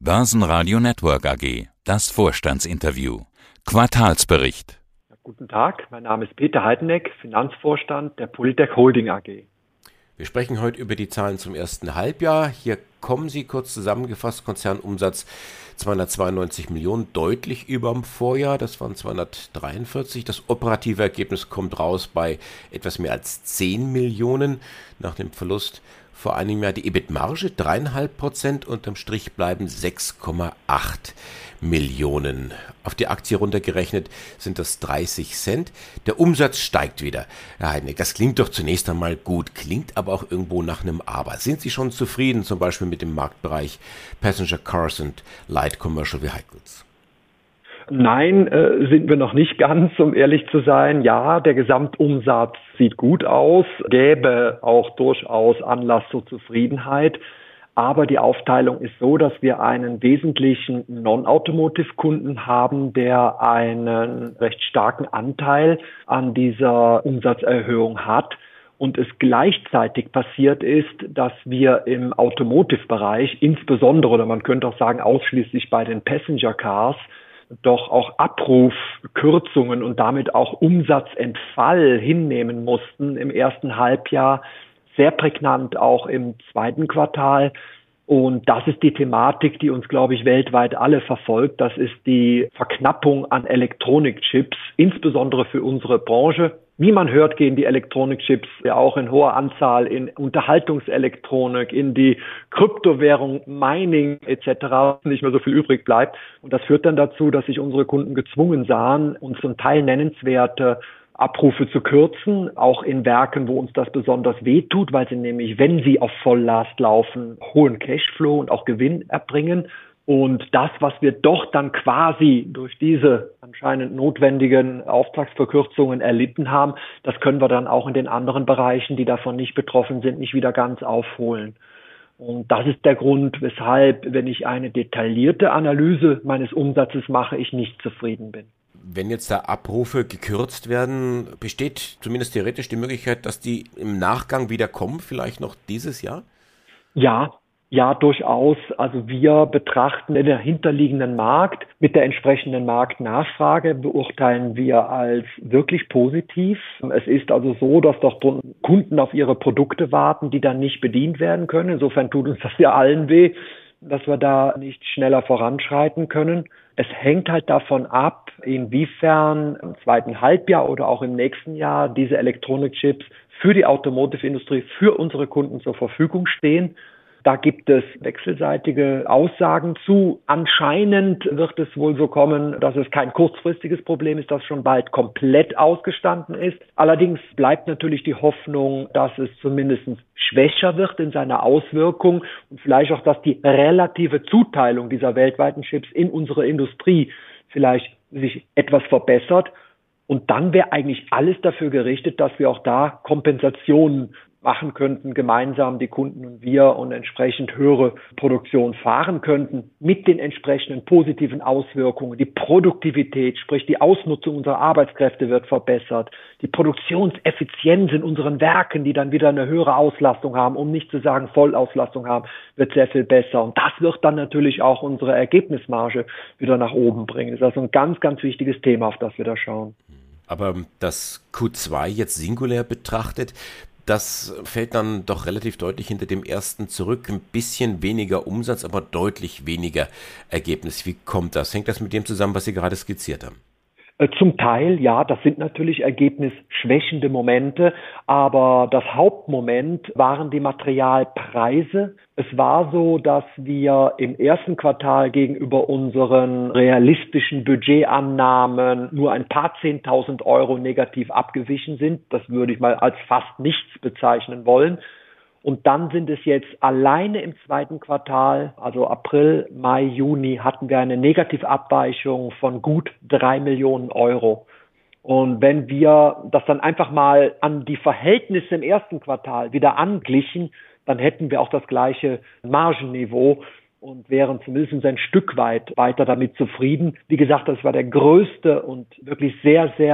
Börsenradio Network AG. Das Vorstandsinterview. Quartalsbericht. Guten Tag, mein Name ist Peter Heideneck, Finanzvorstand der Polytech Holding AG. Wir sprechen heute über die Zahlen zum ersten Halbjahr. Hier kommen sie kurz zusammengefasst. Konzernumsatz 292 Millionen, deutlich über dem Vorjahr. Das waren 243. Das operative Ergebnis kommt raus bei etwas mehr als 10 Millionen nach dem Verlust vor einem Jahr. Die EBIT-Marge 3,5%, unterm Strich bleiben 6,8 Millionen. Auf die Aktie runtergerechnet sind das 30 Cent. Der Umsatz steigt wieder. Herr Heideneck, das klingt doch zunächst einmal gut, klingt aber auch irgendwo nach einem Aber. Sind Sie schon zufrieden, zum Beispiel mit dem Marktbereich Passenger Cars und Light Commercial Vehicles? Nein, sind wir noch nicht ganz, um ehrlich zu sein. Ja, der Gesamtumsatz sieht gut aus, gäbe auch durchaus Anlass zur Zufriedenheit. Aber die Aufteilung ist so, dass wir einen wesentlichen Non-Automotive-Kunden haben, der einen recht starken Anteil an dieser Umsatzerhöhung hat. Und es gleichzeitig passiert ist, dass wir im Automotive-Bereich, insbesondere, oder man könnte auch sagen ausschließlich bei den Passenger Cars, doch auch Abrufkürzungen und damit auch Umsatzentfall hinnehmen mussten im ersten Halbjahr, sehr prägnant auch im zweiten Quartal. Und das ist die Thematik, die uns, glaube ich, weltweit alle verfolgt. Das ist die Verknappung an Elektronikchips, insbesondere für unsere Branche. Wie man hört, gehen die Elektronikchips ja auch in hoher Anzahl in Unterhaltungselektronik, in die Kryptowährung, Mining etc. nicht mehr so viel übrig bleibt. Und das führt dann dazu, dass sich unsere Kunden gezwungen sahen, uns zum Teil nennenswerte Abrufe zu kürzen, auch in Werken, wo uns das besonders wehtut, weil sie nämlich, wenn sie auf Volllast laufen, hohen Cashflow und auch Gewinn erbringen. Und das, was wir doch dann quasi durch diese anscheinend notwendigen Auftragsverkürzungen erlitten haben, das können wir dann auch in den anderen Bereichen, die davon nicht betroffen sind, nicht wieder ganz aufholen. Und das ist der Grund, weshalb, wenn ich eine detaillierte Analyse meines Umsatzes mache, ich nicht zufrieden bin. Wenn jetzt da Abrufe gekürzt werden, besteht zumindest theoretisch die Möglichkeit, dass die im Nachgang wieder kommen, vielleicht noch dieses Jahr? Ja, durchaus. Also wir betrachten den dahinterliegenden Markt mit der entsprechenden Marktnachfrage, beurteilen wir als wirklich positiv. Es ist also so, dass doch Kunden auf ihre Produkte warten, die dann nicht bedient werden können. Insofern tut uns das ja allen weh, dass wir da nicht schneller voranschreiten können. Es hängt halt davon ab, inwiefern im zweiten Halbjahr oder auch im nächsten Jahr diese Elektronikchips für die Automotive-Industrie, für unsere Kunden zur Verfügung stehen. Da gibt es wechselseitige Aussagen zu. Anscheinend wird es wohl so kommen, dass es kein kurzfristiges Problem ist, das schon bald komplett ausgestanden ist. Allerdings bleibt natürlich die Hoffnung, dass es zumindest schwächer wird in seiner Auswirkung und vielleicht auch, dass die relative Zuteilung dieser weltweiten Chips in unsere Industrie vielleicht sich etwas verbessert. Und dann wäre eigentlich alles dafür gerichtet, dass wir auch da Kompensationen machen könnten, gemeinsam die Kunden und wir, und entsprechend höhere Produktion fahren könnten mit den entsprechenden positiven Auswirkungen. Die Produktivität, sprich die Ausnutzung unserer Arbeitskräfte wird verbessert. Die Produktionseffizienz in unseren Werken, die dann wieder eine höhere Auslastung haben, um nicht zu sagen Vollauslastung haben, wird sehr viel besser. Und das wird dann natürlich auch unsere Ergebnismarge wieder nach oben bringen. Das ist also ein ganz, ganz wichtiges Thema, auf das wir da schauen. Aber das Q2 jetzt singulär betrachtet, das fällt dann doch relativ deutlich hinter dem ersten zurück. Ein bisschen weniger Umsatz, aber deutlich weniger Ergebnis. Wie kommt das? Hängt das mit dem zusammen, was Sie gerade skizziert haben? Zum Teil, ja, das sind natürlich ergebnisschwächende Momente, aber das Hauptmoment waren die Materialpreise. Es war so, dass wir im ersten Quartal gegenüber unseren realistischen Budgetannahmen nur ein paar 10.000 Euro negativ abgewichen sind. Das würde ich mal als fast nichts bezeichnen wollen. Und dann sind es jetzt alleine im zweiten Quartal, also April, Mai, Juni, hatten wir eine Negativabweichung von gut 3 Millionen Euro. Und wenn wir das dann einfach mal an die Verhältnisse im ersten Quartal wieder anglichen, dann hätten wir auch das gleiche Margenniveau und wären zumindest ein Stück weit weiter damit zufrieden. Wie gesagt, das war der größte und wirklich sehr, sehr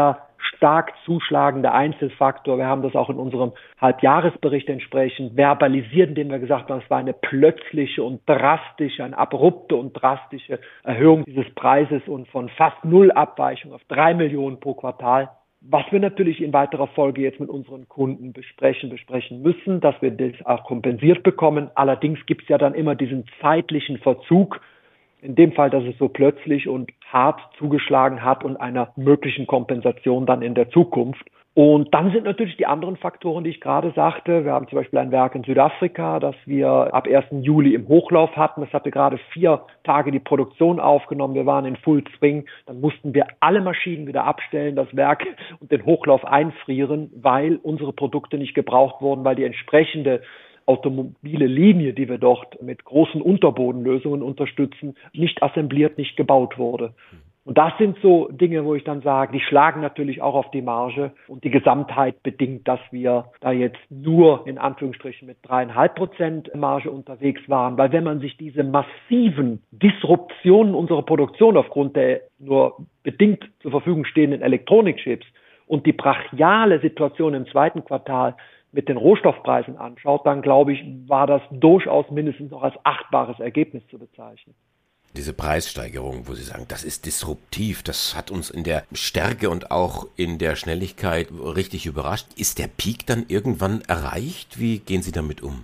stark zuschlagende Einzelfaktor. Wir haben das auch in unserem Halbjahresbericht entsprechend verbalisiert, indem wir gesagt haben, es war eine plötzliche und drastische, eine abrupte und drastische Erhöhung dieses Preises und von fast null Abweichung auf 3 Millionen pro Quartal. Was wir natürlich in weiterer Folge jetzt mit unseren Kunden besprechen müssen, dass wir das auch kompensiert bekommen. Allerdings gibt es ja dann immer diesen zeitlichen Verzug, in dem Fall, dass es so plötzlich und hart zugeschlagen hat und einer möglichen Kompensation dann in der Zukunft. Und dann sind natürlich die anderen Faktoren, die ich gerade sagte. Wir haben zum Beispiel ein Werk in Südafrika, das wir ab 1. Juli im Hochlauf hatten. Das hatte gerade 4 Tage die Produktion aufgenommen. Wir waren in Full Swing. Dann mussten wir alle Maschinen wieder abstellen, das Werk und den Hochlauf einfrieren, weil unsere Produkte nicht gebraucht wurden, weil die entsprechende automobile Linie, die wir dort mit großen Unterbodenlösungen unterstützen, nicht assembliert, nicht gebaut wurde. Und das sind so Dinge, wo ich dann sage, die schlagen natürlich auch auf die Marge und die Gesamtheit bedingt, dass wir da jetzt nur in Anführungsstrichen mit 3,5% Marge unterwegs waren. Weil wenn man sich diese massiven Disruptionen unserer Produktion aufgrund der nur bedingt zur Verfügung stehenden Elektronikchips und die brachiale Situation im zweiten Quartal mit den Rohstoffpreisen anschaut, dann glaube ich, war das durchaus mindestens noch als achtbares Ergebnis zu bezeichnen. Diese Preissteigerung, wo Sie sagen, das ist disruptiv, das hat uns in der Stärke und auch in der Schnelligkeit richtig überrascht. Ist der Peak dann irgendwann erreicht? Wie gehen Sie damit um?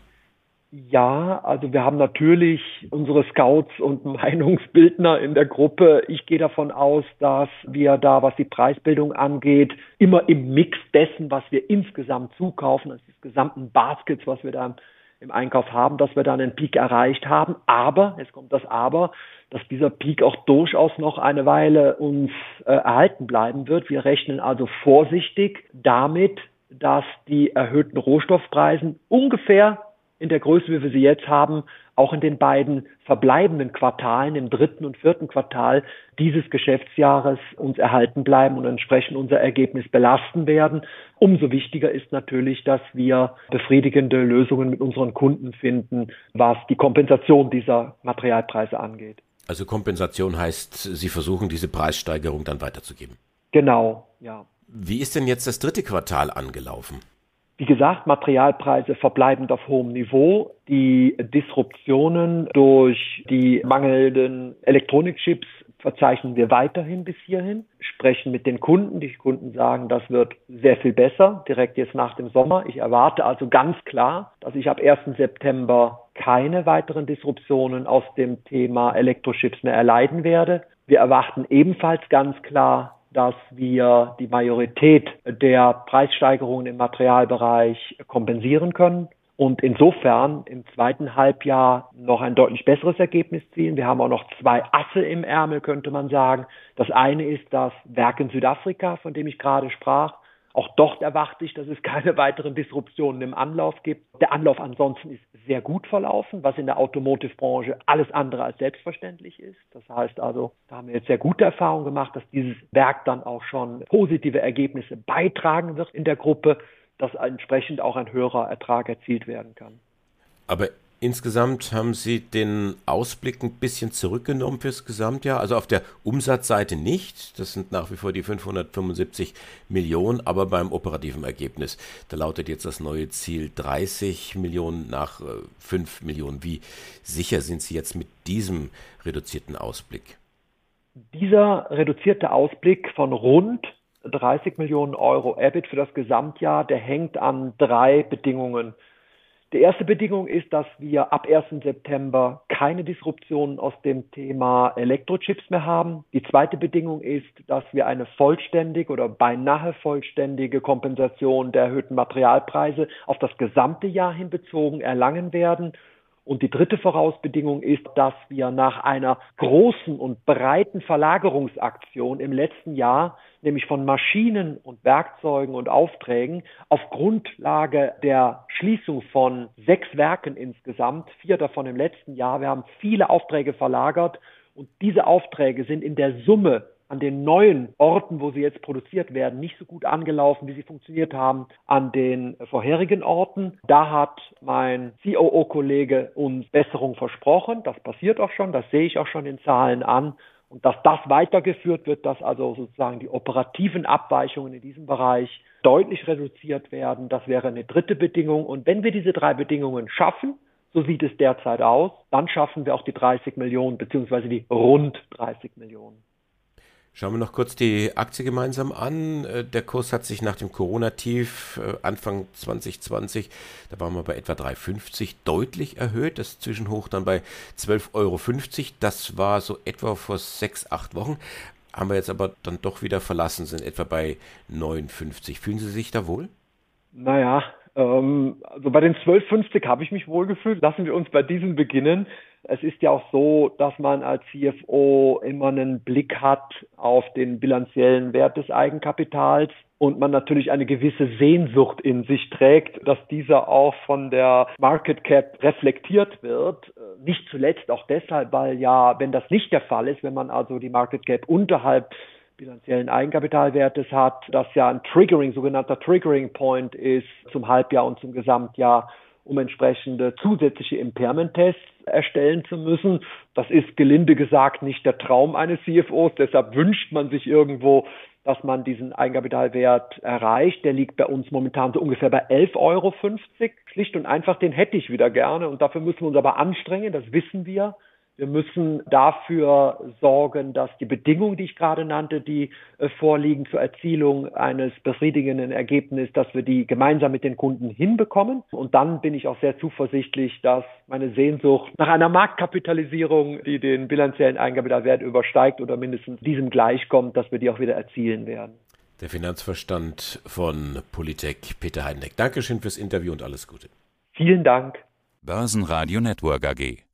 Ja, also wir haben natürlich unsere Scouts und Meinungsbildner in der Gruppe. Ich gehe davon aus, dass wir da, was die Preisbildung angeht, immer im Mix dessen, was wir insgesamt zukaufen, also des gesamten Baskets, was wir da im Einkauf haben, dass wir dann einen Peak erreicht haben. Aber, jetzt kommt das Aber, dass dieser Peak auch durchaus noch eine Weile uns erhalten bleiben wird. Wir rechnen also vorsichtig damit, dass die erhöhten Rohstoffpreise ungefähr in der Größe, wie wir sie jetzt haben, auch in den beiden verbleibenden Quartalen, im 3. und 4. Quartal dieses Geschäftsjahres uns erhalten bleiben und entsprechend unser Ergebnis belasten werden. Umso wichtiger ist natürlich, dass wir befriedigende Lösungen mit unseren Kunden finden, was die Kompensation dieser Materialpreise angeht. Also Kompensation heißt, Sie versuchen, diese Preissteigerung dann weiterzugeben? Genau, ja. Wie ist denn jetzt das 3. Quartal angelaufen? Wie gesagt, Materialpreise verbleibend auf hohem Niveau. Die Disruptionen durch die mangelnden Elektronikchips verzeichnen wir weiterhin bis hierhin, sprechen mit den Kunden. Die Kunden sagen, das wird sehr viel besser, direkt jetzt nach dem Sommer. Ich erwarte also ganz klar, dass ich ab 1. September keine weiteren Disruptionen aus dem Thema Elektrochips mehr erleiden werde. Wir erwarten ebenfalls ganz klar, dass wir die Majorität der Preissteigerungen im Materialbereich kompensieren können und insofern im zweiten Halbjahr noch ein deutlich besseres Ergebnis zielen. Wir haben auch noch 2 Asse im Ärmel, könnte man sagen. Das eine ist das Werk in Südafrika, von dem ich gerade sprach. Auch dort erwarte ich, dass es keine weiteren Disruptionen im Anlauf gibt. Der Anlauf ansonsten ist sehr gut verlaufen, was in der Automotive-Branche alles andere als selbstverständlich ist. Das heißt also, da haben wir jetzt sehr gute Erfahrungen gemacht, dass dieses Werk dann auch schon positive Ergebnisse beitragen wird in der Gruppe, dass entsprechend auch ein höherer Ertrag erzielt werden kann. Aber insgesamt haben Sie den Ausblick ein bisschen zurückgenommen fürs Gesamtjahr, also auf der Umsatzseite nicht, das sind nach wie vor die 575 Millionen, aber beim operativen Ergebnis, da lautet jetzt das neue Ziel 30 Millionen nach 5 Millionen. Wie sicher sind Sie jetzt mit diesem reduzierten Ausblick? Dieser reduzierte Ausblick von rund 30 Millionen Euro EBIT für das Gesamtjahr, der hängt an 3 Bedingungen. Die erste Bedingung ist, dass wir ab 1. September keine Disruptionen aus dem Thema Elektrochips mehr haben. Die zweite Bedingung ist, dass wir eine vollständige oder beinahe vollständige Kompensation der erhöhten Materialpreise auf das gesamte Jahr hin bezogen erlangen werden. Und die dritte Vorausbedingung ist, dass wir nach einer großen und breiten Verlagerungsaktion im letzten Jahr, nämlich von Maschinen und Werkzeugen und Aufträgen, auf Grundlage der Schließung von 6 Werken insgesamt, 4 davon im letzten Jahr, wir haben viele Aufträge verlagert und diese Aufträge sind in der Summe an den neuen Orten, wo sie jetzt produziert werden, nicht so gut angelaufen, wie sie funktioniert haben an den vorherigen Orten. Da hat mein COO-Kollege uns Besserung versprochen. Das passiert auch schon, das sehe ich auch schon in Zahlen an. Und dass das weitergeführt wird, dass also sozusagen die operativen Abweichungen in diesem Bereich deutlich reduziert werden, das wäre eine dritte Bedingung. Und wenn wir diese 3 Bedingungen schaffen, so sieht es derzeit aus, dann schaffen wir auch die 30 Millionen, beziehungsweise die rund 30 Millionen. Schauen wir noch kurz die Aktie gemeinsam an. Der Kurs hat sich nach dem Corona-Tief Anfang 2020, da waren wir bei etwa 3,50, deutlich erhöht. Das Zwischenhoch dann bei 12,50 €. Das war so etwa vor 6-8 Wochen. Haben wir jetzt aber dann doch wieder verlassen, sind etwa bei 9,50. Fühlen Sie sich da wohl? Naja, also bei den 12,50 habe ich mich wohlgefühlt. Lassen wir uns bei diesem beginnen. Es ist ja auch so, dass man als CFO immer einen Blick hat auf den bilanziellen Wert des Eigenkapitals und man natürlich eine gewisse Sehnsucht in sich trägt, dass dieser auch von der Market Cap reflektiert wird. Nicht zuletzt auch deshalb, weil ja, wenn das nicht der Fall ist, wenn man also die Market Cap unterhalb bilanziellen Eigenkapitalwertes hat, das ja ein sogenannter Triggering Point ist zum Halbjahr und zum Gesamtjahr, um entsprechende zusätzliche Impairment-Tests erstellen zu müssen. Das ist gelinde gesagt nicht der Traum eines CFOs, deshalb wünscht man sich irgendwo, dass man diesen Eigenkapitalwert erreicht. Der liegt bei uns momentan so ungefähr bei 11,50 €. Schlicht und einfach, den hätte ich wieder gerne und dafür müssen wir uns aber anstrengen, das wissen wir. Wir müssen dafür sorgen, dass die Bedingungen, die ich gerade nannte, die vorliegen zur Erzielung eines befriedigenden Ergebnisses, dass wir die gemeinsam mit den Kunden hinbekommen. Und dann bin ich auch sehr zuversichtlich, dass meine Sehnsucht nach einer Marktkapitalisierung, die den bilanziellen Eigenkapitalwert übersteigt oder mindestens diesem gleichkommt, dass wir die auch wieder erzielen werden. Der Finanzvorstand von Polytec, Peter Heidenreck. Dankeschön fürs Interview und alles Gute. Vielen Dank. Börsenradio Network AG.